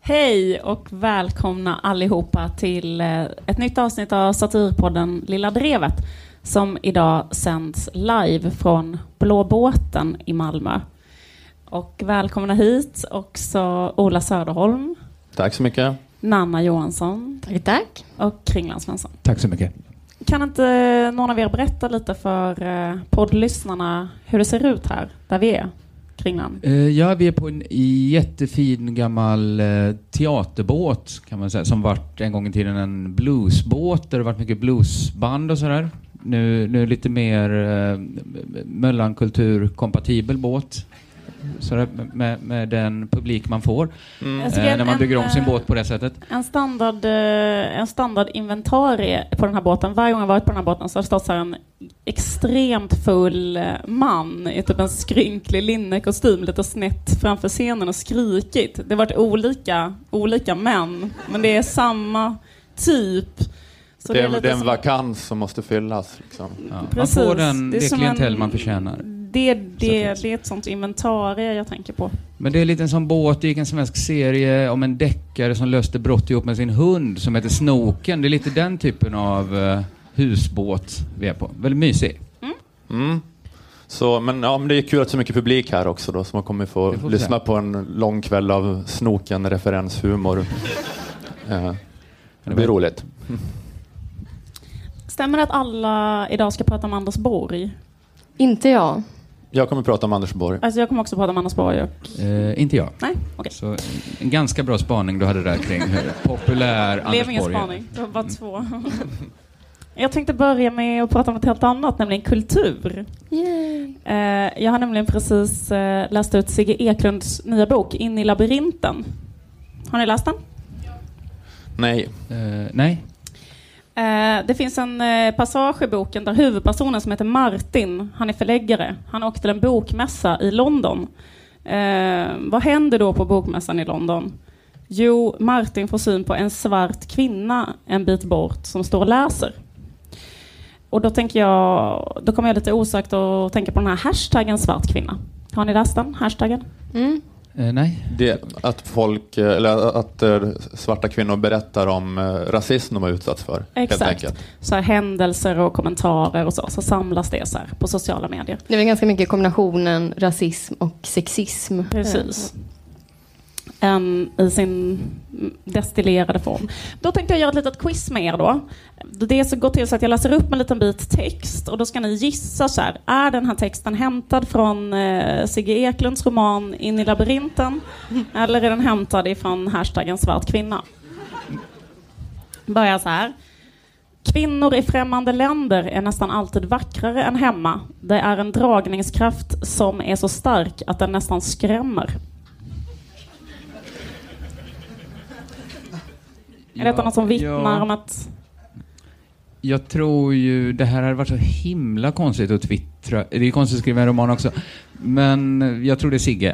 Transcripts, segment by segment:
Hej och välkomna allihopa till ett nytt avsnitt av satirpodden Lilla Drevet som idag sänds live från Blå båten i Malmö. Och välkomna hit också Ola Söderholm. Tack så mycket. Nanna Johansson. Tack. Och Kringland Svensson. Tack så mycket. Kan inte någon av er berätta lite för poddlyssnarna hur det ser ut här där vi är? Kringland. Ja, vi är på en jättefin gammal teaterbåt kan man säga, som varit en gång i tiden en bluesbåt där det varit mycket bluesband och sådär. Nu lite mer mellankulturkompatibel båt. Så med den publik man får när man bygger om sin båt på det sättet. En standard inventarie på den här båten. Varje gång jag varit på den här båten så har det stått så här en extremt full man i typ en skrynklig linnekostym lite snett framför scenen och skrikit. Det har varit olika män, men det är samma typ. Så det är en vakans som måste fyllas. Liksom. Ja. Man får det klientell man förtjänar. Det är ett sånt inventarie jag tänker på. Men det är lite en sån båt, det gick en svensk serie om en deckare som löste brott ihop med sin hund som heter Snoken. Det är lite den typen av husbåt vi är på. Väldigt mysig. Så, men det är kul att så mycket publik här också då, som man kommer få lyssna på en lång kväll av Snoken referenshumor. Det blir roligt. Stämmer det att alla idag ska prata om Anders Borg? Inte jag. Jag kommer prata om Anders Borg. Alltså jag kommer också prata om Anders Borg och... Inte jag. Nej, okej. Så en ganska bra spaning du hade där kring populär Anders Borg. Ingen spaning, det var bara två. Jag tänkte börja med att prata om något helt annat, nämligen kultur. Yay. Jag har nämligen precis läst ut Sigge Eklunds nya bok In i labyrinten. Har ni läst den? Nej. Nej. Det finns en passage i boken där huvudpersonen som heter Martin, han är förläggare. Han åkte till en bokmässa i London. Vad händer då på bokmässan i London? Jo, Martin får syn på en svart kvinna en bit bort som står och läser. Och då kommer jag lite osökt att tänka på den här hashtaggen svart kvinna. Har ni läst den hashtaggen? Nej. Det att att svarta kvinnor berättar om rasism de har utsatts för. Exakt. Helt enkelt. Så här händelser och kommentarer och så samlas det så här på sociala medier. Det är väl ganska mycket kombinationen rasism och sexism. Precis. I sin destillerade form. Då tänkte jag göra ett litet quiz med er då. Det går till så att jag läser upp en liten bit text och då ska ni gissa så här. Är den här texten hämtad från Sigge Eklunds roman In i labyrinten eller är den hämtad ifrån hashtaggen svart kvinna? Börjar så här. Kvinnor i främmande länder är nästan alltid vackrare än hemma. Det är en dragningskraft som är så stark att den nästan skrämmer. Är detta något som vittnar om att... Jag tror ju det här hade varit så himla konstigt att twittra. Det är konstigt att skriva en roman också. Men jag tror det är Sigge.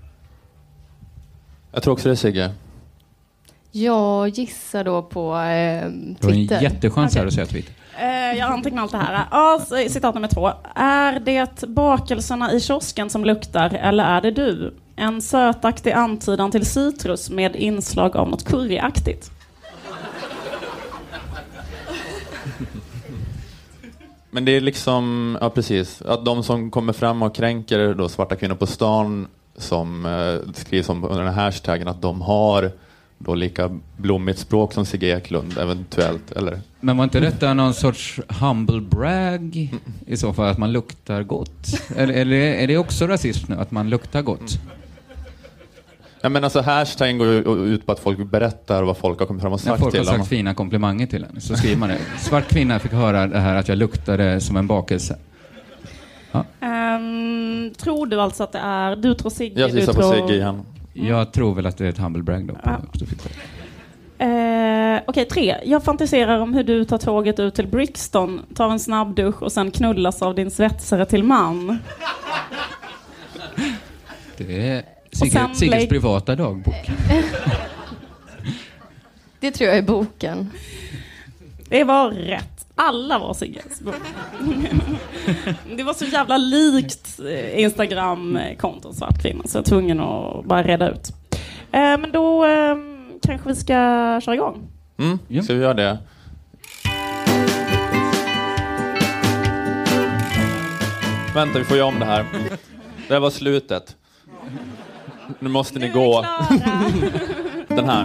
Jag tror också det är Sigge. Jag gissar då på Det var en Twitter. jättechans här att säga Twitter. Jag antecknar allt det här. Citat nummer 2. Är det bakelserna i kiosken som luktar eller är det du? En sötaktig antydan till citrus med inslag av något curryaktigt. Men det är liksom, ja precis, att de som kommer fram och kränker då svarta kvinnor på stan som skrivs om under den här hashtaggen att de har då lika blommigt språk som Sigge Eklund eventuellt, eller? Men var inte detta någon sorts humble brag i så fall, att man luktar gott? Eller är det också rasism nu, att man luktar gott? Ja, men alltså hashtaggen går ut på att folk berättar vad folk har kommit fram och sagt folk till har sagt fina komplimanger till en, så skriver man det. Svart kvinna fick höra det här att jag luktade som en bakelse. Ja. Tror du alltså att det är... Du tror Sigge? Jag gissar på Sigge igen. Jag tror väl att det är ett humble brag då. Okej, 3. Jag fantiserar om hur du tar tåget ut till Brixton, tar en snabbdusch och sen knullas av din svetsare till man. Det är Sigges privata dagbok. Det tror jag är boken. Det var rätt. Alla var Sigges bok. Det var så jävla likt Instagram-konton svart kvinna, så jag var tvungen att bara reda ut. Men då kanske vi ska köra igång. Ska vi göra det? Vänta, vi får göra om det här. Det här var slutet. Nu måste ni gå. Den här.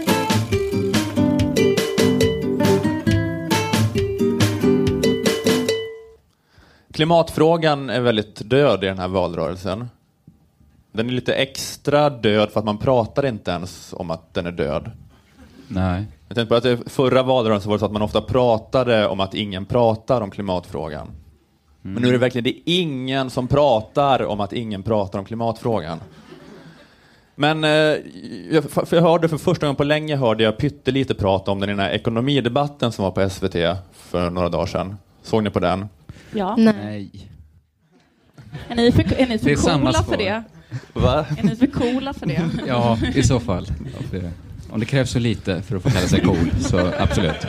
Klimatfrågan är väldigt död i den här valrörelsen. Den är lite extra död för att man pratar inte ens om att den är död. Nej. Jag tänkte på att det förra valrörelsen var det så att man ofta pratade om att ingen pratar om klimatfrågan. Men nu är det verkligen ingen som pratar om att ingen pratar om klimatfrågan. Men jag hörde för första gången på länge hörde jag pyttelite prata om den i den här ekonomidebatten som var på SVT för några dagar sedan. Såg ni på den? Ja. Nej. Är ni för coola för det? Va? Är ni för coola för det? Ja, i så fall. Om det krävs så lite för att få kalla sig cool, så absolut.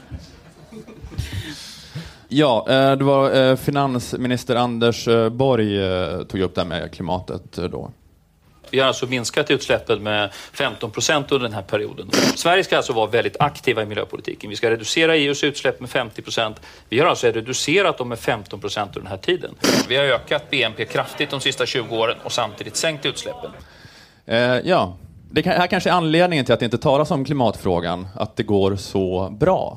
Ja, det var finansminister Anders Borg tog upp det här med klimatet då. Vi har alltså minskat utsläppen med 15% under den här perioden. Sverige ska alltså vara väldigt aktiva i miljöpolitiken. Vi ska reducera EUs utsläpp med 50%. Vi har alltså reducerat dem med 15% under den här tiden. Vi har ökat BNP kraftigt de sista 20 åren och samtidigt sänkt utsläppen. Ja, det här kanske är anledningen till att det inte talas om klimatfrågan, att det går så bra.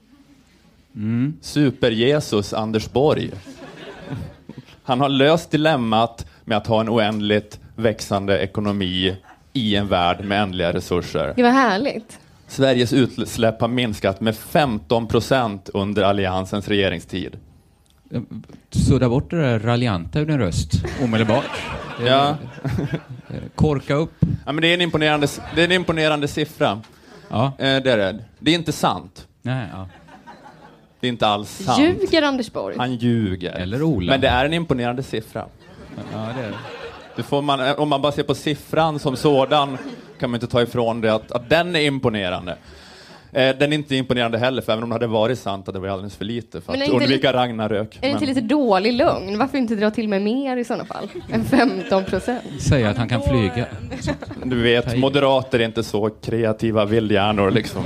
Super-Jesus Anders Borg. Han har löst dilemmat med att ha en oändligt växande ekonomi i en värld med ändliga resurser. Det var härligt. Sveriges utsläpp har minskat med 15% under alliansens regeringstid. Sudda bort det där raljanta ur din röst omedelbart. Ja. Korka upp. Ja, men det är en imponerande siffra. Ja. Det är det. Det är inte sant. Nej, ja. Det är inte alls sant. Ljuger Anders Borg? Han ljuger. Eller Ola. Men det är en imponerande siffra. Ja, det är det. Det får man, om man bara ser på siffran som sådan kan man inte ta ifrån det att den är imponerande. Den är inte imponerande heller, för även om det hade varit sant att det var alldeles för lite för att undvika Ragnarök. Är det inte lite dålig lögn? Varför inte dra till med mer i sådana fall? Än 15%? Säga att han kan flyga. Du vet, moderater är inte så kreativa vildhjärnor liksom.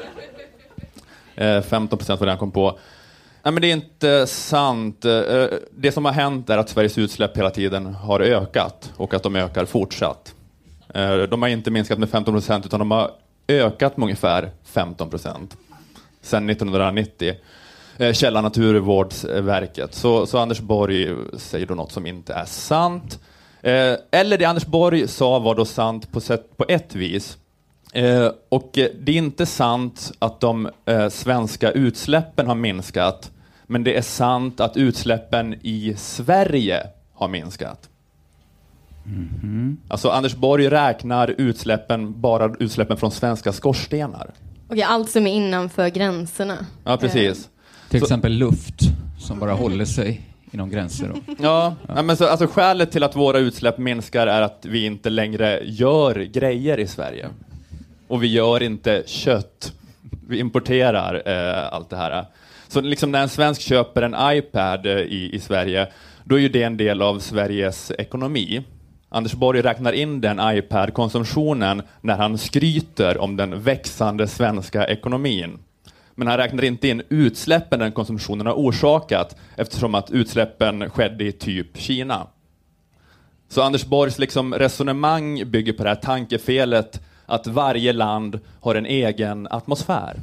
15% var det han kom på. Nej, men det är inte sant. Det som har hänt är att Sveriges utsläpp hela tiden har ökat och att de ökar fortsatt. De har inte minskat med 15% utan de har ökat med ungefär 15% sedan 1990. Källa Naturvårdsverket. Så Anders Borg säger då något som inte är sant. Eller det Anders Borg sa var då sant på ett vis. Och det är inte sant att de svenska utsläppen har minskat, men det är sant att utsläppen i Sverige har minskat. Alltså Anders Borg räknar bara utsläppen från svenska skorstenar. Okej, allt som är innanför gränserna. Ja, precis. Till exempel luft som bara håller sig inom gränser. Då. Ja, men alltså skälet till att våra utsläpp minskar är att vi inte längre gör grejer i Sverige. Och vi gör inte kött. Vi importerar allt det här. Så liksom när en svensk köper en iPad i Sverige, då är ju det en del av Sveriges ekonomi. Anders Borg räknar in den iPad-konsumtionen när han skryter om den växande svenska ekonomin. Men han räknar inte in utsläppen den konsumtionen har orsakat, eftersom att utsläppen skedde i typ Kina. Så Anders Borgs liksom resonemang bygger på det här tankefelet att varje land har en egen atmosfär.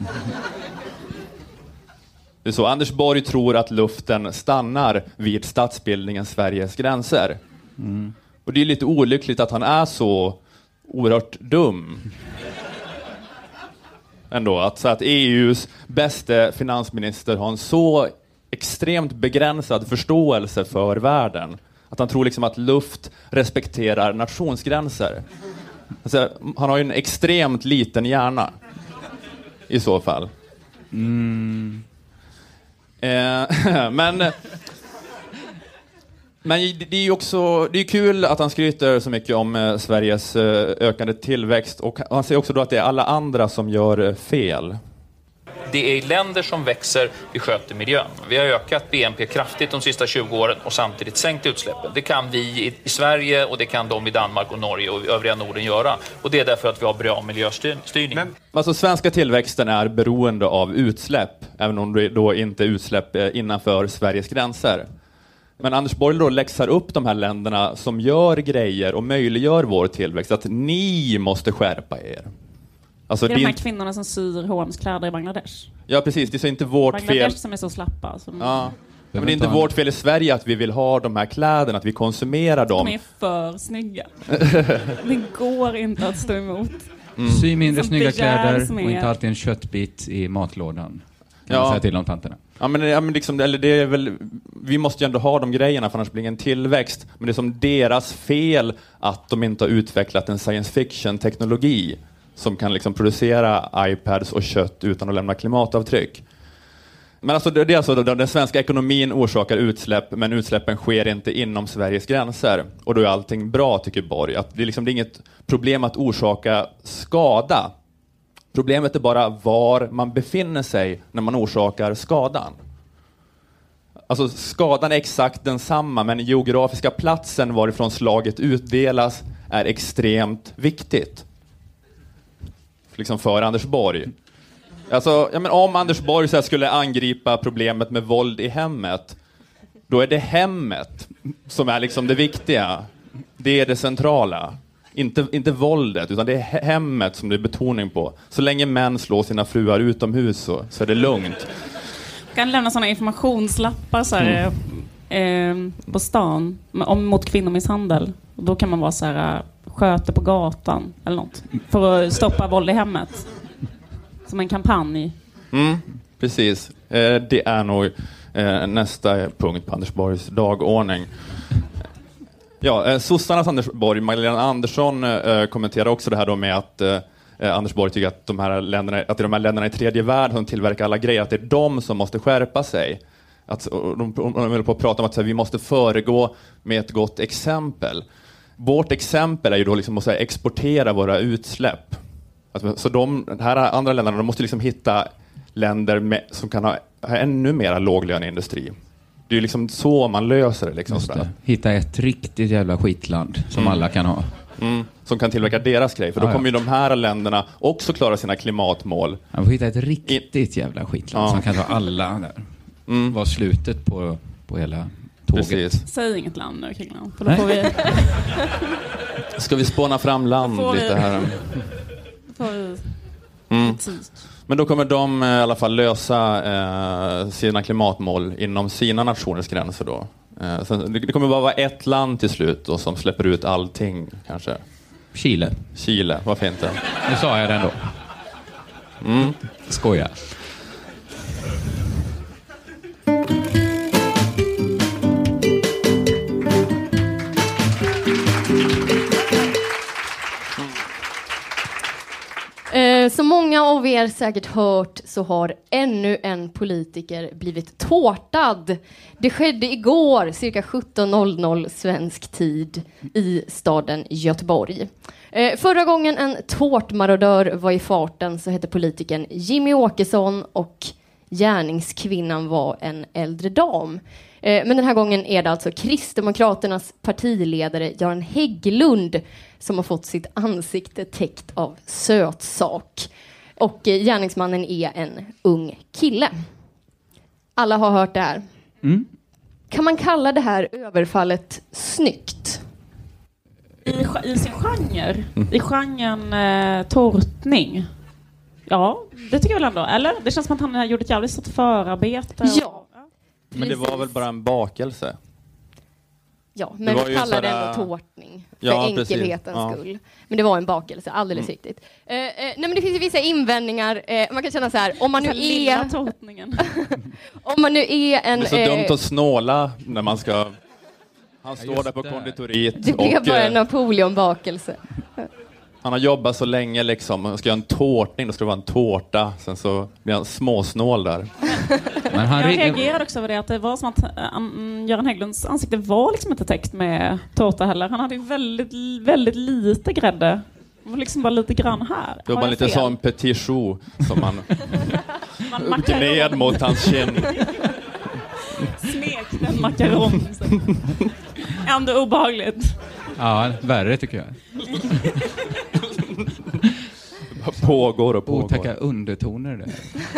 Det är så. Anders Borg tror att luften stannar vid statsbildningen Sveriges gränser. Och det är lite olyckligt att han är så oerhört dum. Ändå, att EUs bästa finansminister har en så extremt begränsad förståelse för världen. Att han tror liksom att luft respekterar nationsgränser. Alltså, han har ju en extremt liten hjärna. I så fall. Men det är ju också, det är kul att han skryter så mycket om Sveriges ökande tillväxt, och han säger också då att det är alla andra som gör fel. Det är i länder som växer vi sköter miljön. Vi har ökat BNP kraftigt de sista 20 åren och samtidigt sänkt utsläppen. Det kan vi i Sverige och det kan de i Danmark och Norge och övriga Norden göra. Och det är därför att vi har bra miljöstyrning. Alltså svenska tillväxten är beroende av utsläpp, även om det då inte är utsläpp innanför Sveriges gränser. Men Anders Borg då läxar upp de här länderna som gör grejer och möjliggör vår tillväxt, att ni måste skärpa er. Alltså, det är de här kvinnorna som syr H&M's kläder i Bangladesh. Ja, precis. Det är så inte vårt fel. Bangladesh som är så slappa. Ja. Men det är inte vårt fel i Sverige att vi vill ha de här kläderna, att vi konsumerar dem. De är för snygga. Det går inte att stå emot. Sy mindre snygga kläder och inte alltid en köttbit i matlådan. Kan man säga till de tanterna. Ja, men liksom, eller det är väl, vi måste ju ändå ha de grejerna för annars blir det en tillväxt. Men det är som deras fel att de inte har utvecklat en science fiction-teknologi som kan liksom producera iPads och kött utan att lämna klimatavtryck. Men alltså, det är alltså den svenska ekonomin orsakar utsläpp, men utsläppen sker inte inom Sveriges gränser. Och då är allting bra, tycker Borg. Att det är liksom inget problem att orsaka skada. Problemet är bara var man befinner sig när man orsakar skadan. Alltså skadan är exakt densamma, men geografiska platsen varifrån slaget utdelas är extremt viktigt. Liksom för Anders Borg. Alltså, ja, men om Anders Borg så här skulle angripa problemet med våld i hemmet, då är det hemmet som är liksom det viktiga. Det är det centrala. Inte våldet, utan det är hemmet som det är betoning på. Så länge män slår sina fruar utomhus så är det lugnt. Jag kan lämna sådana informationslappar så här, på stan mot kvinnomisshandel. Och då kan man vara så här, sköter på gatan eller något. För att stoppa våld i hemmet. Som en kampanj. Precis. Det är nog nästa punkt på Anders Borgs dagordning. Ja, sossarnas Anders Borg, Magdalena Andersson kommenterar också det här då med att Anders Borg tycker att det är de här länderna i tredje världen som tillverkar alla grejer, att det är de som måste skärpa sig. Att, de vill på att prata om att vi måste föregå med ett gott exempel. Vårt exempel är ju då liksom att exportera våra utsläpp. Alltså, så de här andra länderna, de måste liksom hitta länder som kan ha ännu mer låglöneindustri. Det är ju liksom så man löser det. Liksom, hitta ett riktigt jävla skitland som alla kan ha. Som kan tillverka deras grej. För då kommer ju de här länderna också klara sina klimatmål. Man får hitta ett riktigt jävla skitland som kan ta alla där. Var slutet på hela tåget. Precis. Säg inget land nu, Kringland. För då får vi... Ska vi spåna fram land lite här? Men då kommer de i alla fall lösa sina klimatmål inom sina nationers gränser då. Det kommer bara vara ett land till slut då, som släpper ut allting kanske. Chile, varför inte? Nu sa jag den då. Skoja. Som många av er säkert hört så har ännu en politiker blivit tårtad. Det skedde igår, cirka 17:00 svensk tid, i staden Göteborg. Förra gången en tårtmarodör var i farten så hette politikern Jimmy Åkesson och gärningskvinnan var en äldre dam. Men den här gången är det alltså Kristdemokraternas partiledare Göran Hägglund som har fått sitt ansikte täckt av sötsak. Och gärningsmannen är en ung kille. Alla har hört det här. Kan man kalla det här överfallet snyggt? I sin genre. I genren tortning. Ja, det tycker jag väl ändå. Eller? Det känns som att han har gjort ett jävligt stort förarbete. Ja. Men det var väl bara en bakelse? Ja, men vi kallar det ändå tårtning. För enkelhetens skull. Men det var en bakelse, alldeles riktigt. Nej, men det finns vissa invändningar. Man kan känna så här, om man nu är... tårtningen. Om man nu är en... Det är så dumt att snåla när man ska... Han står där på konditoriet. Det blev bara en Napoleon-bakelse. Han har jobbat så länge liksom. Ska göra en tårtning, då ska det vara en tårta. Sen så blir han småsnål där. Men jag reagerade också över det, att det var som att Göran Hägglunds ansikte var liksom inte täckt med tårta heller. Han hade väldigt, väldigt lite grädde. Det var liksom bara lite grann här. Det var bara lite sån petit choux som man... gned mot hans kind. Smekte en makaron. Ändå obehagligt. Ja, värre tycker jag. Pågår. Otäcka undertoner där.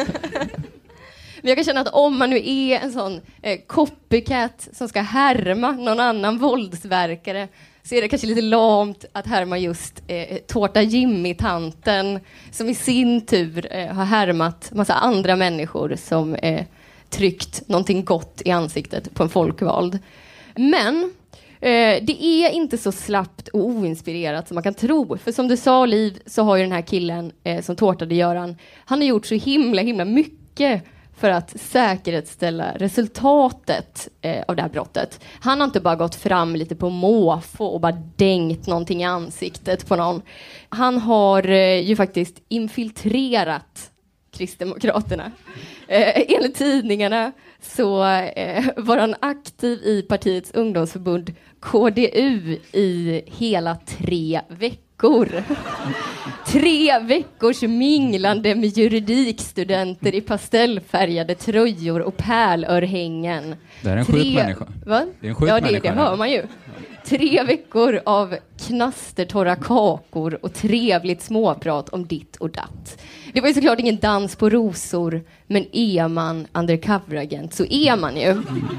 Men jag kan känna att om man nu är en sån copycat som ska härma någon annan våldsverkare, så är det kanske lite lamt att härma just Tårta Jimmy-tanten, som i sin tur har härmat massa andra människor som tryckt någonting gott i ansiktet på en folkvald. Men det är inte så slappt och oinspirerat som man kan tro. För som du sa, Liv, så har ju den här killen som tårtade Göran, han har gjort så himla mycket för att säkerställa resultatet av det här brottet. Han har inte bara gått fram lite på måfå och bara dängt någonting i ansiktet på någon. Han har ju faktiskt infiltrerat Kristdemokraterna. Enligt tidningarna så var han aktiv i partiets ungdomsförbund KDU i hela 3 veckor. 3 veckors minglande med juridikstudenter i pastellfärgade tröjor och pärlörhängen. Det är en sjuk människa. Va? Det är en sjuk människa. Det hör man ju. 3 veckor av knastertorra kakor och trevligt småprat om ditt och datt. Det var ju såklart ingen dans på rosor, men är man undercover-agent så är man ju.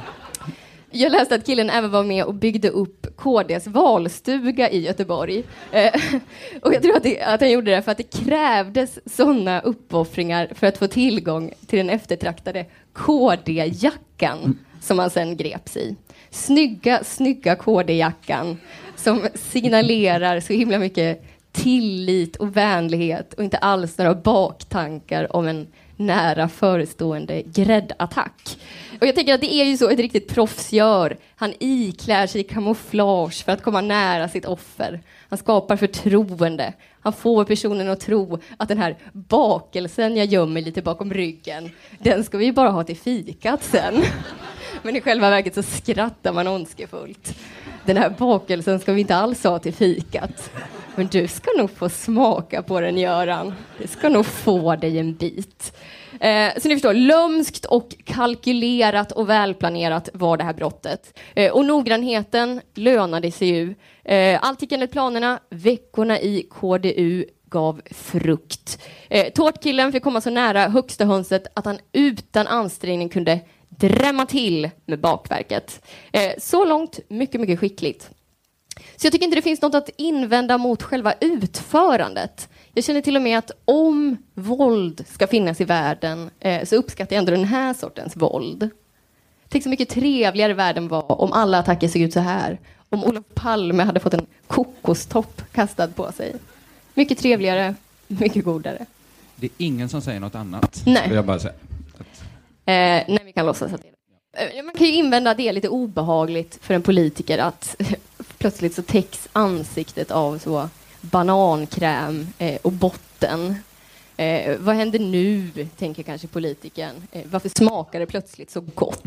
Jag läste att killen även var med och byggde upp KDs valstuga i Göteborg. Och jag tror att han gjorde det för att det krävdes sådana uppoffringar för att få tillgång till den eftertraktade KD-jackan som han sen greps i. Snygga KD-jackan som signalerar så himla mycket tillit och vänlighet och inte alls några baktankar om en nära förestående gräddattack. Och jag tänker att det är ju så ett riktigt proffs gör. Han iklär sig i kamouflage för att komma nära sitt offer. Han skapar förtroende. Han får personen att tro att den här bakelsen jag gömmer lite bakom ryggen, den ska vi bara ha till fikat sen. Men i själva verket så skrattar man ondskefullt. Den här bakelsen ska vi inte alls ha till fikat. Men du ska nog få smaka på den, Göran. Du ska nog få dig en bit. Så ni förstår, lömskt och kalkylerat och välplanerat var det här brottet. Och noggrannheten lönade sig ju. Allt gick enligt planerna. Veckorna i KDU gav frukt. Tårtkillen fick komma så nära högsta hönset att han utan ansträngning kunde drämma till med bakverket. Så långt mycket skickligt. Så jag tycker inte det finns något att invända mot själva utförandet. Jag känner till och med att om våld ska finnas i världen så uppskattar jag ändå den här sortens våld. Tänk så mycket trevligare världen var om alla attacker såg ut så här. Om Olof Palme hade fått en kokostopp kastad på sig. Mycket trevligare, mycket godare. Det är ingen som säger något annat. Nej. Vill jag bara säga. Nej, vi kan låtsas att det är. Man kan ju invända att det är lite obehagligt för en politiker att plötsligt så täcks ansiktet av så banankräm och botten. Vad händer nu, tänker kanske politikern. Varför smakar det plötsligt så gott?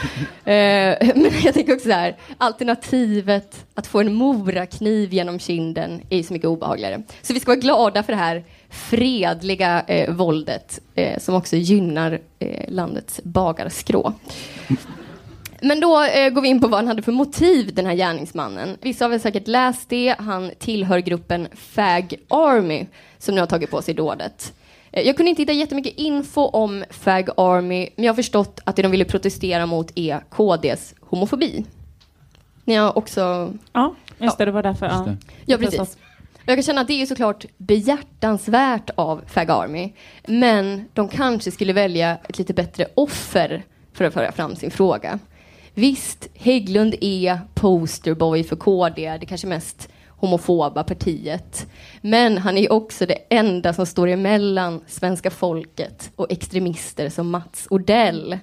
Men jag tänker också så här, alternativet att få en morakniv genom kinden är så mycket obehagligare. Så vi ska vara glada för det här fredliga våldet som också gynnar landets bagarskrå. Men då går vi in på vad han hade för motiv, den här gärningsmannen. Vissa har väl säkert läst det. Han tillhör gruppen Fag Army som nu har tagit på sig dådet. Jag kunde inte hitta jättemycket info om Fag Army, men jag har förstått att det de ville protestera mot är KDs homofobi. Ni har också... Ja, just det, det var därför. Ja, precis. Jag kan känna att det är såklart behjärtansvärt av Fag Army, men de kanske skulle välja ett lite bättre offer för att föra fram sin fråga. Visst, Hägglund är posterboy för KD, det kanske mest homofoba partiet. Men han är också det enda som står emellan svenska folket och extremister som Mats Odell.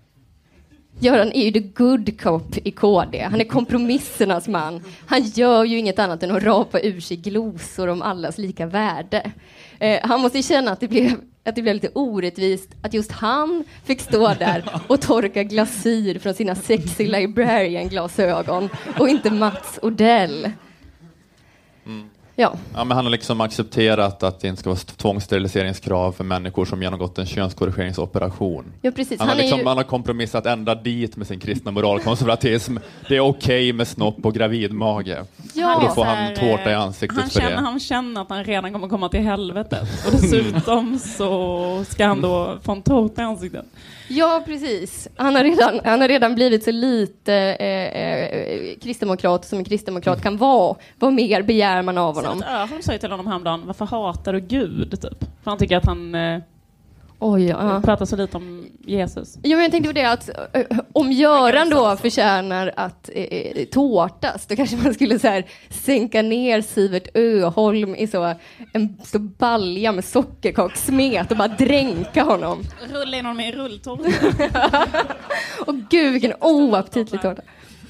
Göran är ju the good cop i KD. Han är kompromissernas man. Han gör ju inget annat än att rapa ur sig glosor om allas lika värde. Han måste ju känna att det blev lite orättvist att just han fick stå där och torka glasyr från sina sexy librarian-glasögon och inte Mats Odell. Ja. Ja, men han har liksom accepterat att det inte ska vara tvångssteriliseringskrav för människor som genomgått en könskorrigeringsoperation. Ja, precis. Han har kompromissat ända dit med sin kristna moralkonservatism. Det är okej med snopp och gravidmage. Ja. Och då får han tårta i ansiktet för det. Han känner att han redan kommer komma till helvetet. Och dessutom så ska han då få en tårta i ansiktet. Ja, precis. Han har redan blivit så lite kristdemokrat som en kristdemokrat kan vara. Vad mer begär man av honom? Öholm sa ju till honom häromdagen, varför hatar du Gud? Typ. För han tycker att han pratar så lite om Jesus. Ja, men jag tänkte på det att om Göran då förtjänar att tårtas, då kanske man skulle så här sänka ner Sivert Öholm i en stor balja med sockerkakssmet och bara dränka honom. Rulla in honom i en rulltårta. Och gud, vilken oaptitlig tårta.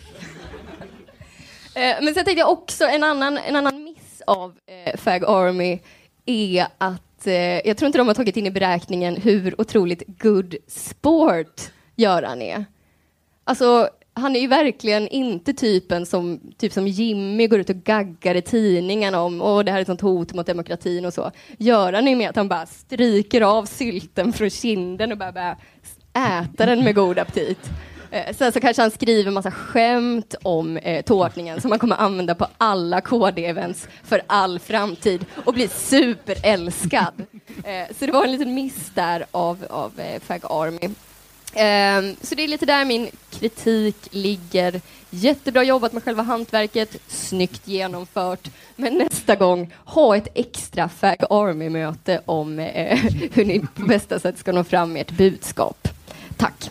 Men sen tänkte jag också en annan miss av Fag Army är att jag tror inte de har tagit in i beräkningen hur otroligt good sport Göran är. Alltså, han är ju verkligen inte typen som Jimmy går ut och gaggar i tidningen om det här är ett sånt hot mot demokratin och så. Göran är med att han bara stryker av sylten från kinden och bara äta den med god aptit. Sen så kanske han skriver en massa skämt om tårtningen som man kommer använda på alla KD-events för all framtid och blir superälskad. Så det var en liten miss där av Fag Army. Så det är lite där min kritik ligger. Jättebra jobbat med själva hantverket, snyggt genomfört. Men nästa gång, ha ett extra Fag Army-möte om hur ni på bästa sätt ska nå fram med ert budskap. Tack.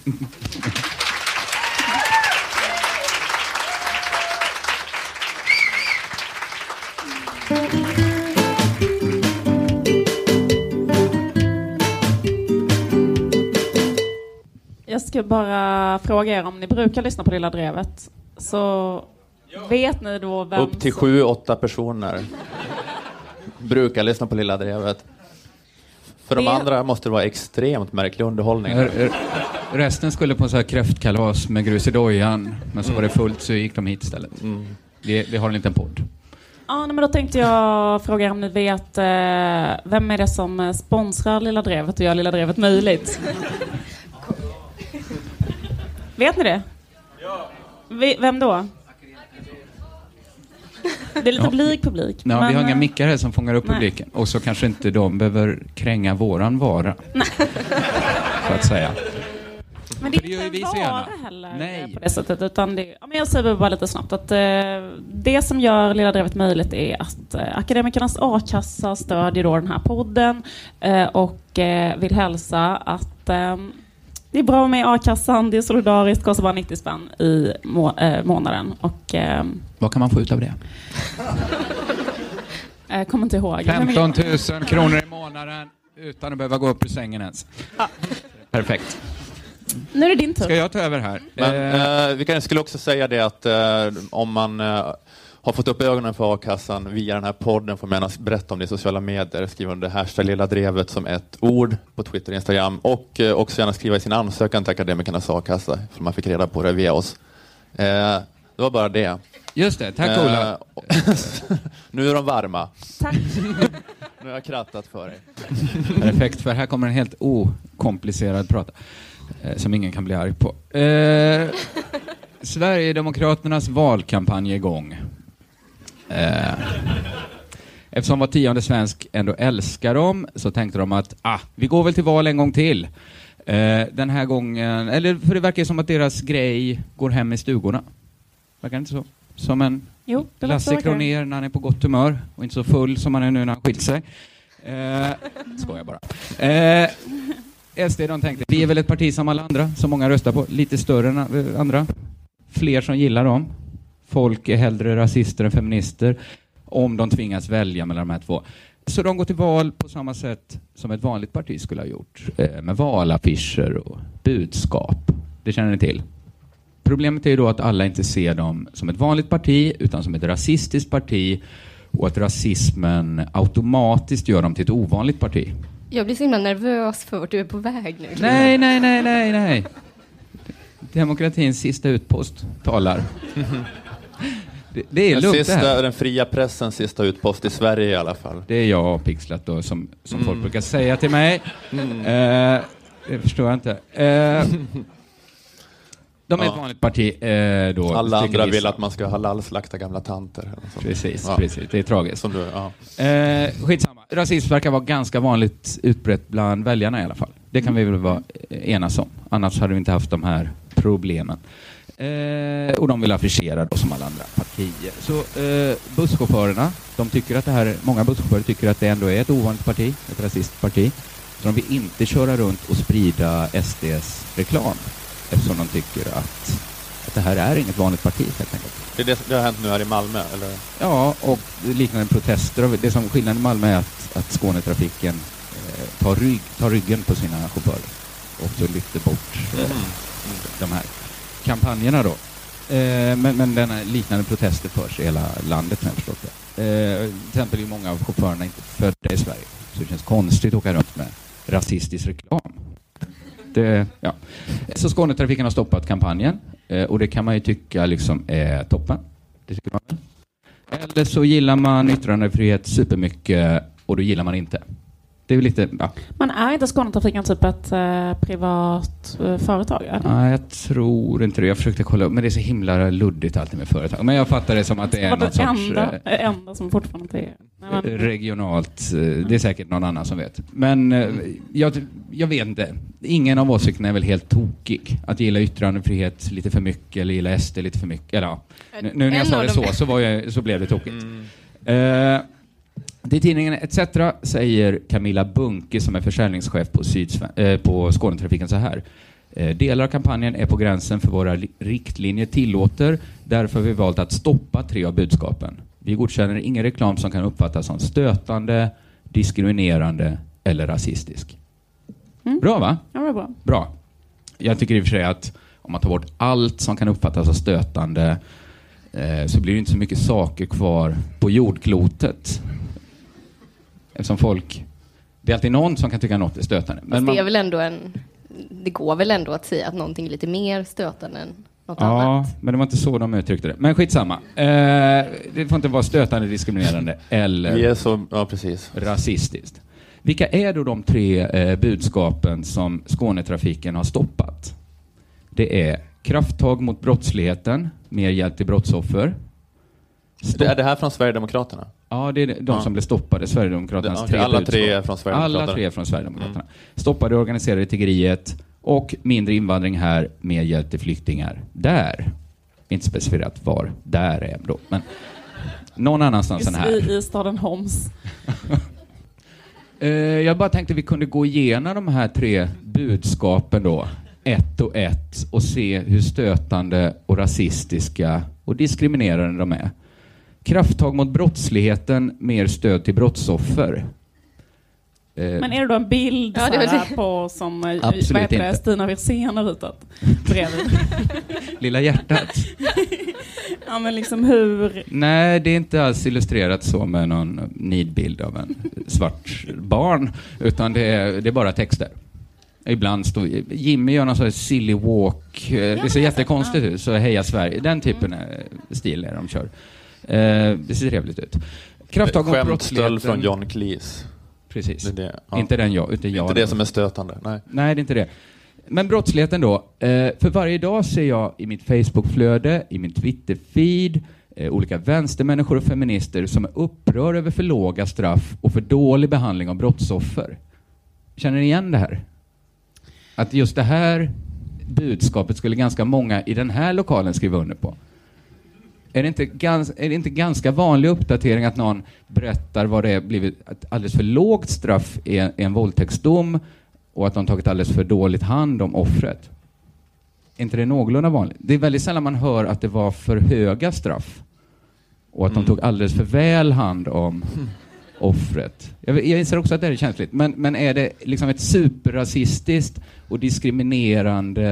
Jag ska bara fråga er om ni brukar lyssna på Lilla Drevet. Så vet ni då vem... Upp till 7-8 personer brukar lyssna på Lilla Drevet. För de andra måste det vara extremt märklig underhållning. Resten skulle på så här kräftkalas med grus i dojan. Men så var det fullt så gick de hit istället. Det har en liten podd. Ja, men då tänkte jag fråga om ni vet vem är det som sponsrar Lilla Drevet och gör Lilla Drevet möjligt? Vet ni det? Ja. Vem då? Det är lite publik. Ja, men vi har inga mickar här som fångar upp publiken. Och så kanske inte de behöver kränga våran vara. Nej. Så att säga. Men det är inte en vara heller på det sättet. Utan det, men jag säger bara lite snabbt att det som gör Lilla Drevet möjligt är att Akademikernas A-kassa stödjer då den här podden och vill hälsa att det är bra med A-kassan, det är solidariskt, kostar bara 90 spänn i månaden. Och, vad kan man få ut av det? Kommer inte ihåg. 15 000 kronor i månaden utan att behöva gå upp ur sängen ens. Ja. Perfekt. Nu är det din tur. Ska jag ta över här? Men vi skulle också säga det att om man har fått upp ögonen för A-kassan via den här podden får man gärna berätta om det i sociala medier. Skriva under hashtag Lilla Drevet som ett ord på Twitter och Instagram. Och också gärna skriva i sin ansökan till Akademikernas A-kassa för man fick reda på det via oss. Det var bara det. Just det, tack Ola. Nu är de varma. Tack. Nu har jag krattat för dig. Perfekt, för här kommer en helt okomplicerad prata. Som ingen kan bli arg på. Sverigedemokraternas valkampanj är igång. Eftersom var 10:e svensk ändå älskar dem så tänkte de att vi går väl till val en gång till. Den här gången, eller för det verkar som att deras grej går hem i stugorna. Verkar inte så? Som en Lasse Kronér när han är på gott humör och inte så full som han är nu när han skilt sig. Skojar bara. SD, de tänkte, vi är väl ett parti som alla andra, som många röstar på, lite större än andra. Fler som gillar dem. Folk är hellre rasister än feminister om de tvingas välja mellan de här två. Så de går till val på samma sätt som ett vanligt parti skulle ha gjort. Med valaffischer och budskap. Det känner ni till. Problemet är ju då att alla inte ser dem som ett vanligt parti utan som ett rasistiskt parti och att rasismen automatiskt gör dem till ett ovanligt parti. Jag blir så himla nervös för vart du är på väg nu. Nej. Demokratins sista utpost talar. Det är lugnt det här. Den fria pressens sista utpost i Sverige i alla fall. Det är jag och Pixlat då, som folk brukar säga till mig. Det förstår jag inte. De är ett vanligt parti då. Alla andra vill att man ska halalslakta gamla tanter. Precis. Det är tragiskt. Som du, skitsamma. Rasism verkar vara ganska vanligt utbrett bland väljarna i alla fall. Det kan vi väl vara enas om. Annars hade vi inte haft de här problemen. Och de vill affischera då som alla andra partier. Så busschaufförerna, många busschaufförer tycker att det ändå är ett ovanligt parti, ett rasistparti. Så de vill inte köra runt och sprida SDs reklam. Eftersom de tycker att det här är inget vanligt parti helt enkelt. Det har hänt nu här i Malmö, eller? Ja, och liknande protester. Det som skillnaden i Malmö är att Skånetrafiken tar ryggen på sina chaufförer och så lyfter bort de här kampanjerna då. Men denna liknande protester förs i hela landet, när jag förstått det. Till exempel är många av chaufförerna inte födda i Sverige. Så det känns konstigt att åka runt med rasistisk reklam. Så Skånetrafiken har stoppat kampanjen och det kan man ju tycka liksom är toppen. Det tycker man. Eller så gillar man yttrandefrihet supermycket och då gillar man inte. Det är väl lite... Ja. Man är inte Skånetrafiken typ ett privat företag? Eller? Nej, jag tror inte det. Jag försökte kolla upp, men det är så himla luddigt alltid med företag. Men jag fattar det som att det är något sorts... enda som fortfarande är... regionalt. Det är säkert någon annan som vet. Men jag vet inte. Ingen av åsikterna är väl helt tokig. Att gilla yttrandefrihet lite för mycket eller gilla SD lite för mycket. Eller, ja. Nu när jag sa det så blev det tokigt. Det är tidningen ETC säger Camilla Bunke som är försäljningschef på Skånetrafiken så här. Delar av kampanjen är på gränsen för våra riktlinjer tillåter. Därför har vi valt att stoppa 3 av budskapen. Vi godkänner ingen reklam som kan uppfattas som stötande, diskriminerande eller rasistisk. Bra va? Ja, det var bra. Jag tycker i och för sig att om man tar bort allt som kan uppfattas som stötande så blir det inte så mycket saker kvar på jordklotet. Eftersom det är alltid någon som kan tycka något är stötande. Men det är väl ändå det går väl ändå att säga att någonting är lite mer stötande än något annat. Ja, men det var inte så de uttryckte det. Men skitsamma. Det får inte vara stötande, diskriminerande eller precis. Rasistiskt. Vilka är då de 3 budskapen som Skånetrafiken har stoppat? Det är krafttag mot brottsligheten, mer hjälp till brottsoffer. Är det här från Sverigedemokraterna? Ja, det är de som blev stoppade. Sverigedemokraternas 3 alla budskap. 3 är från Sverigedemokraterna. Alla 3 är från Sverigedemokraterna. Stoppade organiserade tiggeriet och mindre invandring här, mer hjälp till flyktingar. Där. Inte specificerat var där är då. Men någon annanstans än här. I staden Homs. Jag bara tänkte vi kunde gå igenom de här 3 budskapen då. Ett och ett. Och se hur stötande och rasistiska och diskriminerande de är. Krafttag mot brottsligheten, mer stöd till brottsoffer. Men är det då en bild på som Stina Wirsén har ritat bredvid? Lilla hjärtat. Ja, men liksom hur... Nej, det är inte alls illustrerat så med någon nidbild av en svart barn, utan det är bara texter. Ibland står Jimmy gör någon sån här silly walk. Det ser jättekonstigt ut, så heja Sverige. Den typen av stil är de kör. Det ser trevligt ut. Krafttag mot brottsligheten från John Cleese. Precis. Det, inte den jag, utan jag. Inte det som är stötande. Nej, det är inte det. Men brottsligheten då. För varje dag ser jag i mitt Facebook-flöde, i min Twitter-feed, olika vänstermänniskor och feminister som är upprörda över för låga straff och för dålig behandling av brottsoffer. Känner ni igen det här? Att just det här budskapet skulle ganska många i den här lokalen skriva under på. Är det inte ganska vanlig uppdatering att någon berättar vad det är blivit ett alldeles för lågt straff i en våldtäktsdom och att de tagit alldeles för dåligt hand om offret? Är inte det någorlunda vanligt? Det är väldigt sällan man hör att det var för höga straff och att de tog alldeles för väl hand om offret. Jag inser också att det är känsligt. Men är det liksom ett superrasistiskt och diskriminerande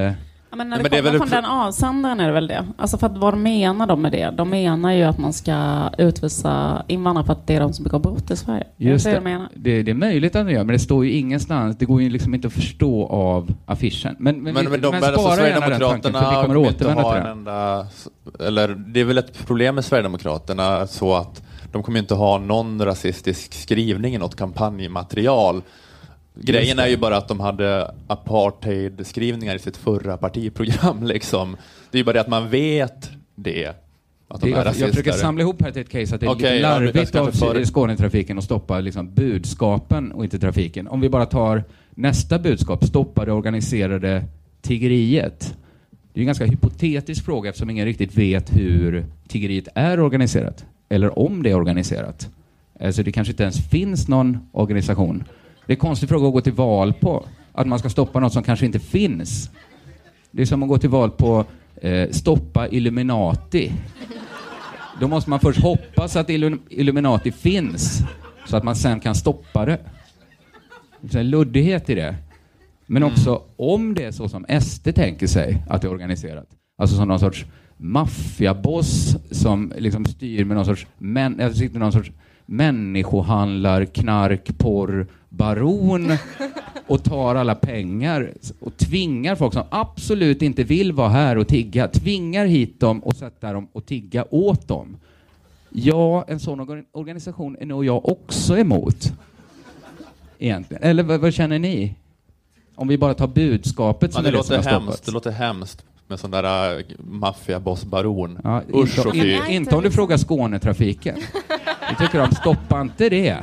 Ja, men när det kommer från den avsändaren är det väl det. Alltså för att vad menar de med det? De menar ju att man ska utvisa invandrare för att det är de som begår brott i Sverige. Just det är möjligt att de gör, men det står ju ingenstans. Det går ju liksom inte att förstå av affischen. Men Sverigedemokraterna kommer inte ha en enda... Eller det är väl ett problem med Sverigedemokraterna så att de kommer inte ha någon rasistisk skrivning i något kampanjmaterial. Grejen är ju bara att de hade apartheid-skrivningar i sitt förra partiprogram. Liksom. Det är ju bara det att man vet det. Att de är rasister. Jag försöker samla ihop här till ett case att det är lite larvigt av Skånetrafiken att stoppa liksom budskapen och inte trafiken. Om vi bara tar nästa budskap, stoppa det organiserade tiggeriet. Det är en ganska hypotetisk fråga eftersom ingen riktigt vet hur tiggeriet är organiserat. Eller om det är organiserat. Alltså det kanske inte ens finns någon organisation. Det är en konstig fråga att gå till val på. Att man ska stoppa något som kanske inte finns. Det är som att gå till val på stoppa Illuminati. Då måste man först hoppas att Illuminati finns. Så att man sen kan stoppa det. Det är en luddighet i det. Men också om det är så som SD tänker sig att det är organiserat. Alltså som någon sorts maffiaboss som liksom styr med någon sorts människohandlar, knark, porr, baron och tar alla pengar och tvingar folk som absolut inte vill vara här och tigga, tvingar hit dem och sätta dem och tigga åt dem. Ja, en sån organisation är nog jag också emot. Egentligen. Eller vad känner ni? Om vi bara tar budskapet som det låter låter hemskt. hemskt. Det låter hemskt med sån där maffiaboss-baron. Ja, inte om du frågar Skånetrafiken. Jag tycker de stoppar inte det.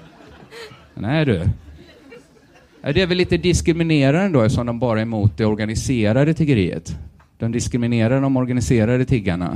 Nej du. Det är väl lite diskriminerande då eftersom de bara är emot det organiserade tiggeriet. De diskriminerar de organiserade tiggarna.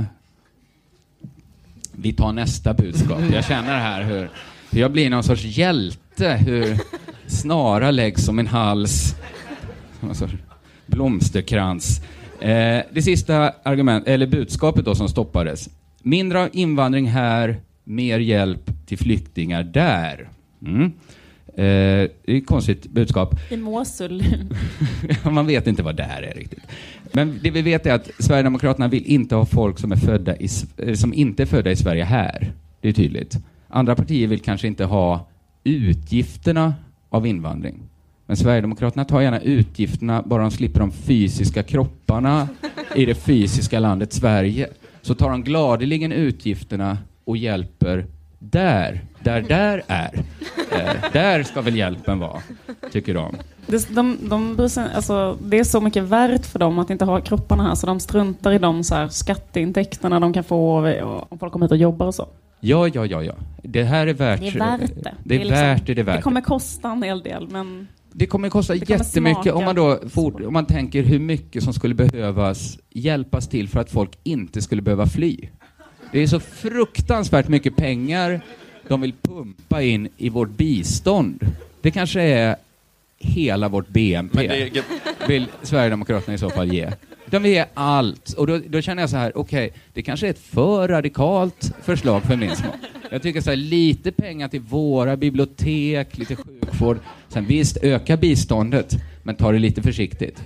Vi tar nästa budskap. Jag känner här hur jag blir någon sorts hjälte. Hur snara läggs som en hals. Någon sorts blomsterkrans. Det sista budskapet då som stoppades. Mindre invandring här, mer hjälp till flyktingar där. Det är ett konstigt budskap. I Mosul. Man vet inte vad det här är riktigt. Men det vi vet är att Sverigedemokraterna vill inte ha folk som som inte är födda i Sverige här. Det är tydligt. Andra partier vill kanske inte ha utgifterna av invandring. Men Sverigedemokraterna tar gärna utgifterna bara de slipper de fysiska kropparna i det fysiska landet Sverige. Så tar de gladeligen utgifterna och hjälper där är. Där ska väl hjälpen vara, tycker de. Det är så mycket värt för dem att inte ha kropparna här så de struntar i de så här skatteintäkterna de kan få om folk kommer hit och jobbar och så. Ja. Det här är värt det. Det är värt det. Det är värt det. Det kommer kosta en hel del, men... Det kommer kosta jättemycket om man tänker hur mycket som skulle behövas hjälpas till för att folk inte skulle behöva fly. Det är så fruktansvärt mycket pengar de vill pumpa in i vårt bistånd. Det kanske är hela vårt BNP. Vill Sverigedemokraterna i så fall ge. De vill ge allt. Och då känner jag så här, okej, det kanske är ett för radikalt förslag för min smak. Jag tycker så här, lite pengar till våra bibliotek, lite sjukvård. Sen visst, öka biståndet, men ta det lite försiktigt.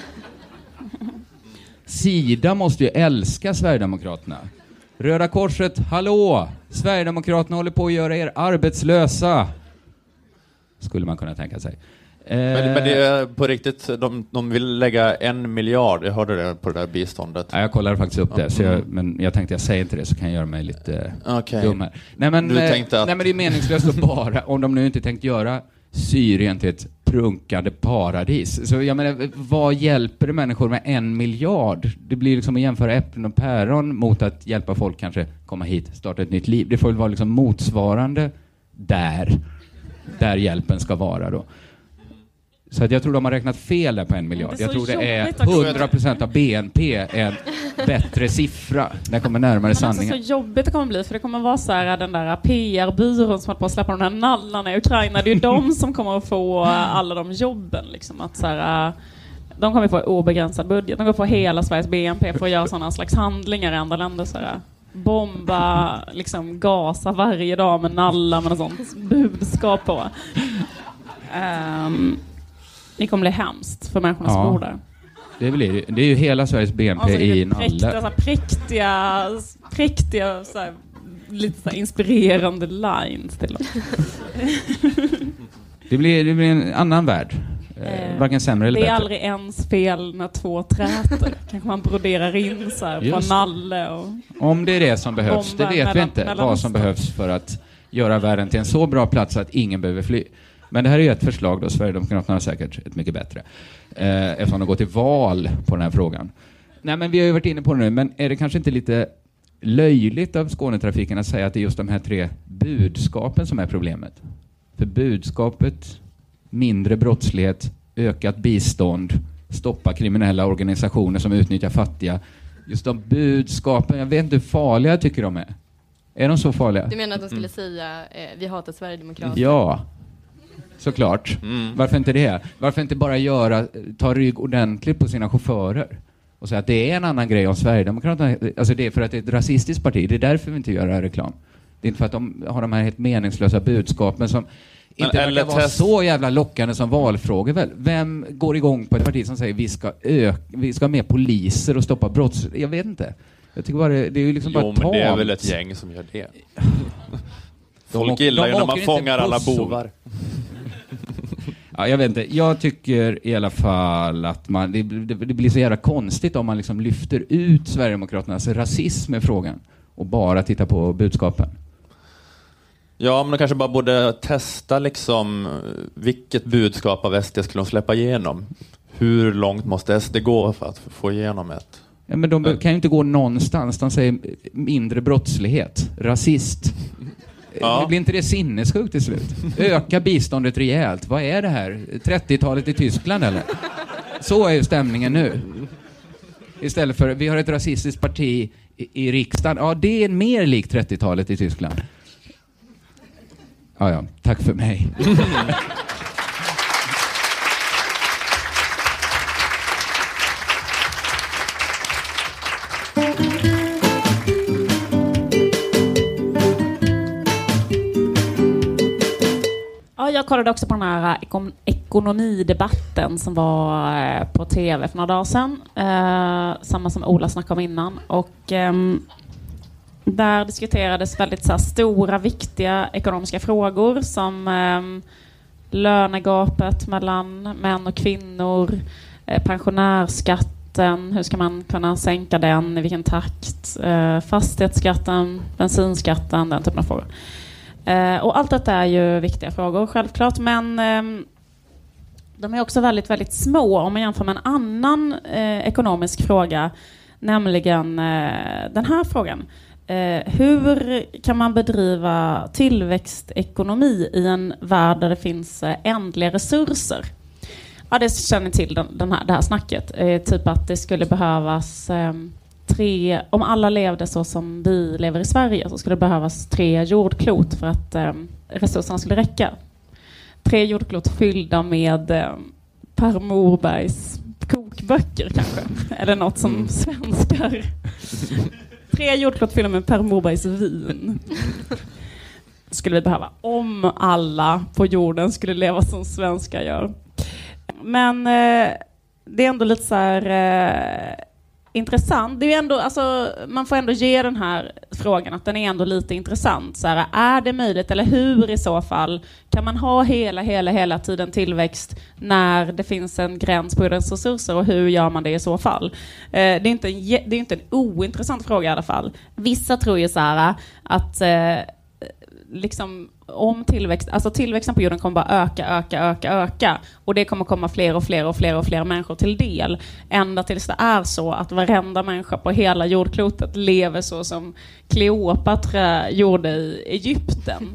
Sida måste ju älska Sverigedemokraterna. Röda Korset, hallå! Sverigedemokraterna håller på att göra er arbetslösa. Skulle man kunna tänka sig. Men det är på riktigt, de vill lägga 1 miljard, jag hörde det på det där biståndet. Ja, jag kollade faktiskt upp det, men jag tänkte jag säger inte det så kan jag göra mig lite dum här. Nej men det är meningslöst att bara, om de nu inte tänkt göra Syrien till ett prunkande paradis. Så jag menar, vad hjälper det människor med 1 miljard? Det blir liksom att jämföra äpplen och päron mot att hjälpa folk kanske komma hit, starta ett nytt liv. Det får väl vara liksom motsvarande där hjälpen ska vara då. Så att jag tror de har räknat fel där på 1 miljard. Jag tror det är 100% av BNP en bättre siffra. Den kommer närmare sanningen. Det är så jobbigt det kommer bli, för det kommer vara så här den där PR-byrån som håller på att släppa de här nallarna i Ukraina. Det är ju de som kommer att få alla de jobben. Liksom, att så här, de kommer att få obegränsad budget. De kommer att få hela Sveriges BNP för att göra sådana slags handlingar i andra länder. Så här. Bomba, liksom gasa varje dag med nallar med något sånt budskap på. Det kommer bli hemskt för människorna som bor där. Det är ju hela Sveriges BNP i nalle. Präktiga så här, lite så här inspirerande lines till dem. Det blir en annan värld. Varken sämre eller bättre. Det är aldrig ens fel när två träter. Kanske man broderar in så här på nalle. Och om det är det som behövs, det vet vi inte vad som behövs för att göra världen till en så bra plats att ingen behöver fly. Men det här är ju ett förslag då, Sverigedemokraterna har säkert ett mycket bättre. Eftersom de går till val på den här frågan. Nej, men vi har ju varit inne på det nu, men är det kanske inte lite löjligt av Skånetrafiken att säga att det är just de här 3 budskapen som är problemet? För budskapet, mindre brottslighet, ökat bistånd, stoppa kriminella organisationer som utnyttjar fattiga. Just de budskapen, jag vet inte hur farliga jag tycker de är. Är de så farliga? Du menar att de skulle säga vi hatar Sverigedemokrater? Ja, såklart. Varför inte det? Varför inte bara ta rygg ordentligt på sina chaufförer och säga att det är en annan grej om Sverigedemokraterna. Alltså det är för att det är ett rasistiskt parti. Det är därför vi inte gör det här reklam. Det är inte för att de har de här helt meningslösa budskapen som inte verkar vara så jävla lockande som valfrågor väl. Vem går igång på ett parti som säger vi ska ha mer poliser och stoppa brotts... Jag vet inte. Jag tycker bara det är ju liksom bara tamt. Men det är väl ett gäng som gör det. Folk gillar ju när man fångar alla bovar. Ja, jag vet inte. Jag tycker i alla fall att det blir så jävla konstigt om man liksom lyfter ut Sverigedemokraternas rasism i frågan och bara tittar på budskapen. Ja, men de kanske bara borde testa liksom vilket budskap av SD skulle de släppa igenom. Hur långt måste SD gå för att få igenom ett? Ja, men de kan ju inte gå någonstans. De säger mindre brottslighet, rasist. Ja. Blir inte det sinnessjukt till slut? Öka biståndet rejält. Vad är det här? 30-talet i Tyskland eller? Så är ju stämningen nu. Istället för, vi har ett rasistiskt parti i riksdagen. Ja, det är mer likt 30-talet i Tyskland. Ja, tack för mig. Jag kollade också på den här ekonomidebatten som var på tv för några dagar sedan. Samma som Ola snackade om innan. Och där diskuterades väldigt så här, stora, viktiga ekonomiska frågor som lönegapet mellan män och kvinnor, pensionärsskatten, hur ska man kunna sänka den, i vilken takt, fastighetsskatten, bensinskatten, den typen av frågor. Och allt detta är ju viktiga frågor, självklart, men de är också väldigt, väldigt små om man jämför med en annan ekonomisk fråga, nämligen den här frågan. Hur kan man bedriva tillväxtekonomi i en värld där det finns ändliga resurser? Ja, det känner till det här snacket. Typ att det skulle behövas... om alla levde så som vi lever i Sverige så skulle det behövas 3 jordklot för att resurserna skulle räcka. 3 jordklot fyllda med Per Morbergs kokböcker kanske. Eller något som svenskar. 3 jordklot fyllda med Per Morbergs vin. Skulle vi behöva. Om alla på jorden skulle leva som svenskar gör. Men det är ändå lite så här... intressant. Det är ju ändå, alltså, man får ändå ge den här frågan att den är ändå lite intressant. Så här, är det möjligt eller hur i så fall kan man ha hela tiden tillväxt när det finns en gräns på jordens resurser och hur gör man det i så fall? Det är inte en ointressant fråga i alla fall. Vissa tror ju så här att liksom om tillväxten på jorden kommer bara öka och det kommer komma fler människor till del ända tills det är så att varenda människa på hela jordklotet lever så som Kleopatra gjorde i Egypten.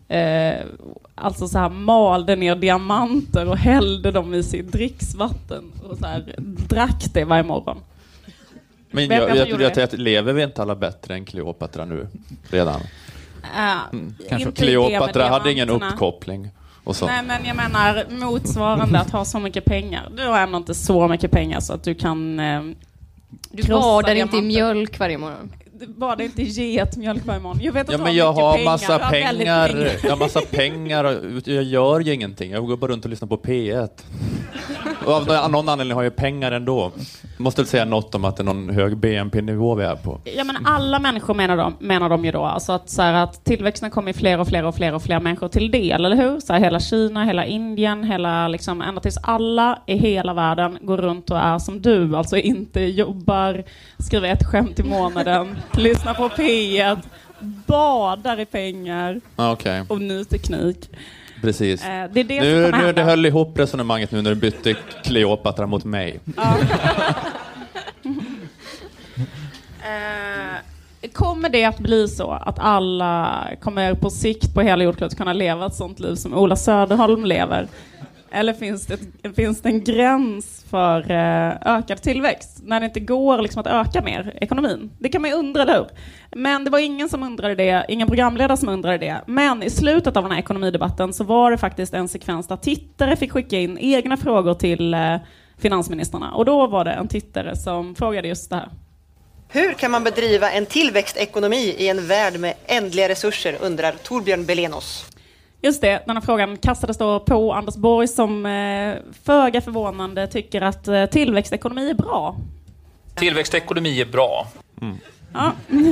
Alltså så här malde ner diamanter och hällde dem i sitt dricksvatten och så här drack det varje morgon. Men jag lever vi inte alla bättre än Kleopatra nu redan? Kanske Kleopatra hade ingen uppkoppling och så. Nej, men jag menar motsvarande att ha så mycket pengar. Du har ändå inte så mycket pengar så att du kan du badar inte i mjölk varje morgon. Du badar inte i getmjölk varje morgon. Jag vet att men jag har massa pengar. Jag har massa pengar och jag gör ju ingenting. Jag går bara runt och lyssnar på P1. Och av någon anledning har ju pengar ändå. Måste väl säga något om att det är någon hög BNP-nivå vi är på. Ja, men alla människor menar de ju då. Alltså att, så här, att tillväxten kommer fler och fler människor till del, eller hur? Så här, hela Kina, hela Indien, hela, liksom, ända tills alla i hela världen går runt och är som du. Alltså inte jobbar, skriver ett skämt i månaden, lyssnar på P1, badar i pengar och ny teknik. Precis. Det är det som kommer hända. Det höll ihop resonemanget nu när du bytte Kleopatra mot mig. Ja. Kommer det att bli så att alla kommer på sikt på hela jordklotet kunna leva ett sånt liv som Ola Söderholm lever? Eller finns det en gräns för ökad tillväxt när det inte går liksom att öka mer ekonomin? Det kan man ju undra då. Men det var ingen som undrade det, ingen programledare som undrade det. Men i slutet av den här ekonomidebatten så var det faktiskt en sekvens där tittare fick skicka in egna frågor till finansministrarna. Och då var det en tittare som frågade just det här. Hur kan man bedriva en tillväxtekonomi i en värld med ändliga resurser, undrar Torbjörn Belenos. Just det, den här frågan kastades då på Anders Borg som föga förvånande tycker att tillväxtekonomi är bra. Tillväxtekonomi är bra. Mm. Ja.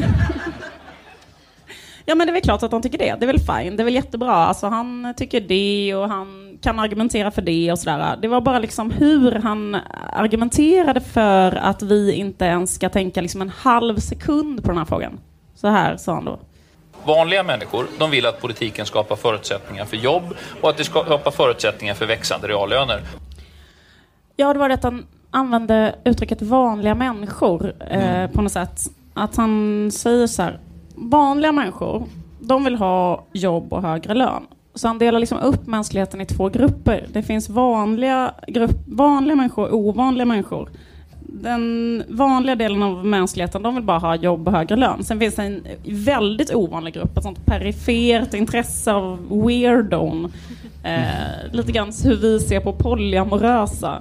Ja, men det är väl klart att han tycker det. Det är väl fine, det är väl jättebra. Alltså han tycker det och han kan argumentera för det och sådär. Det var bara liksom hur han argumenterade för att vi inte ens ska tänka liksom en halv sekund på den här frågan. Så här sa han då. Vanliga människor, de vill att politiken skapar förutsättningar för jobb och att det skapar förutsättningar för växande reallöner. Ja, det var det att han använde uttrycket vanliga människor på något sätt. Att han säger så här, vanliga människor, de vill ha jobb och högre lön. Så han delar liksom upp mänskligheten i två grupper. Det finns vanliga människor och ovanliga människor. Den vanliga delen av mänskligheten, de vill bara ha jobb och högre lön. Sen finns det en väldigt ovanlig grupp, ett sånt perifert intresse av weirdon. Lite grann hur vi ser på polyamorösa.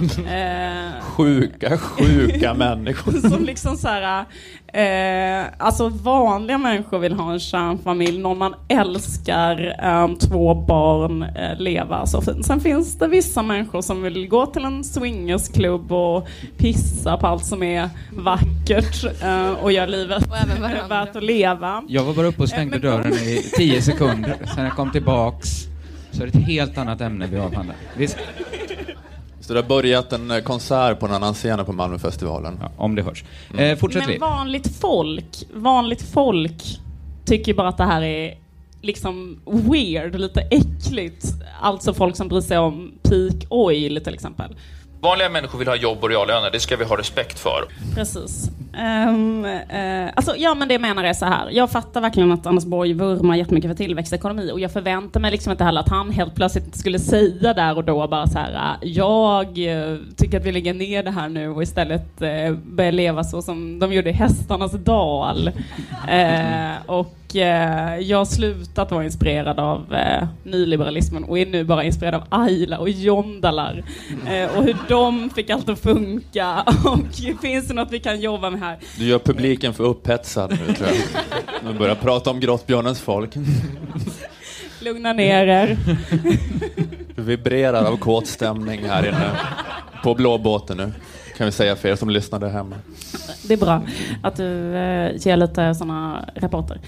Sjuka människor. Som liksom så här, alltså vanliga människor vill ha en kärnfamilj, någon man älskar, 2 barn, leva så fint. Sen finns det vissa människor som vill gå till en swingersklubb och pissa på allt som är vackert och gör livet värt att leva. Jag var bara uppe och stängde dörren i 10 sekunder. Sen jag kom tillbaks så är det ett helt annat ämne vi avhandlar. Så det har börjat en konsert på en annan scen på Malmöfestivalen. Ja, om det hörs. Fortsätt. Men vanligt folk tycker bara att det här är liksom weird, lite äckligt. Alltså folk som bryr sig om peak oil till exempel. Vanliga människor vill ha jobb och reallöner, det ska vi ha respekt för. Precis. Alltså, ja, men det menar jag så här. Jag fattar verkligen att Anders Borg vurmar jättemycket för tillväxtekonomi och jag förväntar mig liksom inte heller att han helt plötsligt skulle säga där och då bara så här, jag tycker att vi lägger ner det här nu och istället börjar leva så som de gjorde i Hästarnas dal. Och jag har slutat vara inspirerad av nyliberalismen och är nu bara inspirerad av Ayla och Jondalar och hur de fick allt att funka och finns det något vi kan jobba med här. Du gör publiken för upphetsad nu, tror jag. Nu börjar prata om Grottbjörnens folk. Lugna ner er. Du vibrerar av kåtstämning här inne på blåbåten nu. Kan vi säga för er som lyssnade hemma. Det är bra att du ger lite såna rapporter.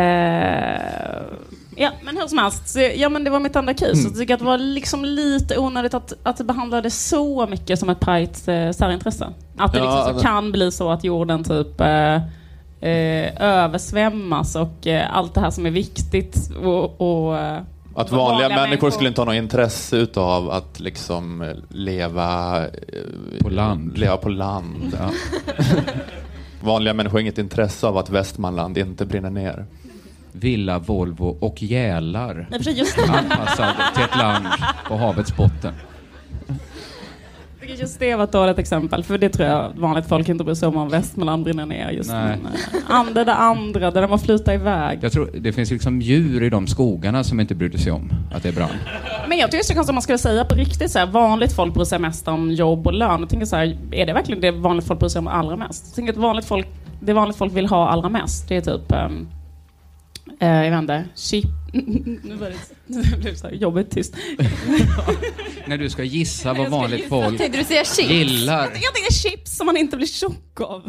Ja, men hur som helst. Ja, men det var mitt andra case. Jag tycker att det var liksom lite onödigt att det behandlades så mycket som ett pride särintresse. Att det liksom så kan bli så att jorden typ översvämmas och allt det här som är viktigt och att vanliga människor skulle inte ha något intresse utav att liksom leva på land. Ja. Vanliga människor har inget intresse av att Västmanland inte brinner ner. Villa, Volvo och gälar. Just anpassad till ett land på havets botten. Just det var ett dåligt exempel, för det tror jag vanligt folk inte bryr sig om Västmanland brinner ner just nu. Det andra, där man flyttar iväg. Jag tror det finns liksom djur i de skogarna som inte brydde sig om att det är bra. Men jag tycker det är så konstigt om man skulle säga på riktigt så här, vanligt folk bryr sig mest om jobb och lön. Jag tänker så här, är det verkligen det vanligt folk bryr sig om allra mest? Jag tänker att vanligt folk vill ha allra mest. Det är typ Jag vet inte, chip. Nu blev det så här jobbigt tyst. När du ska gissa vad vanligt folk Tänkte du säga chips? gillar. Jag tänker chips som man inte blir tjock av.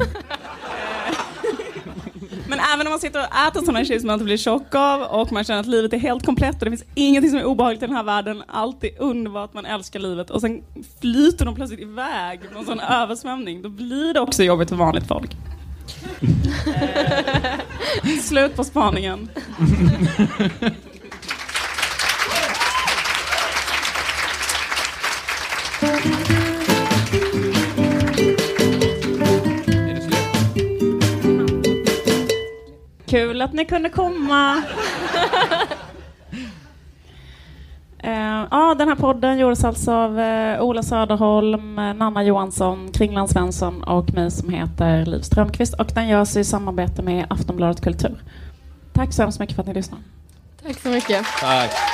Men även om man sitter och äter sådana chips som man inte blir tjock av och man känner att livet är helt komplett och det finns ingenting som är obehagligt i den här världen, allt är underbart, man älskar livet och sen flyter de plötsligt iväg med en sån översvämning, då blir det också jobbigt för vanligt folk. Slut på spaningen. Kul att ni kunde komma. Den här podden gjordes alltså av Ola Söderholm, Nanna Johansson, Kringland Svensson och mig som heter Liv Strömqvist, och den görs i samarbete med Aftonbladet Kultur. Tack så hemskt mycket för att ni lyssnar. Tack så mycket. Tack.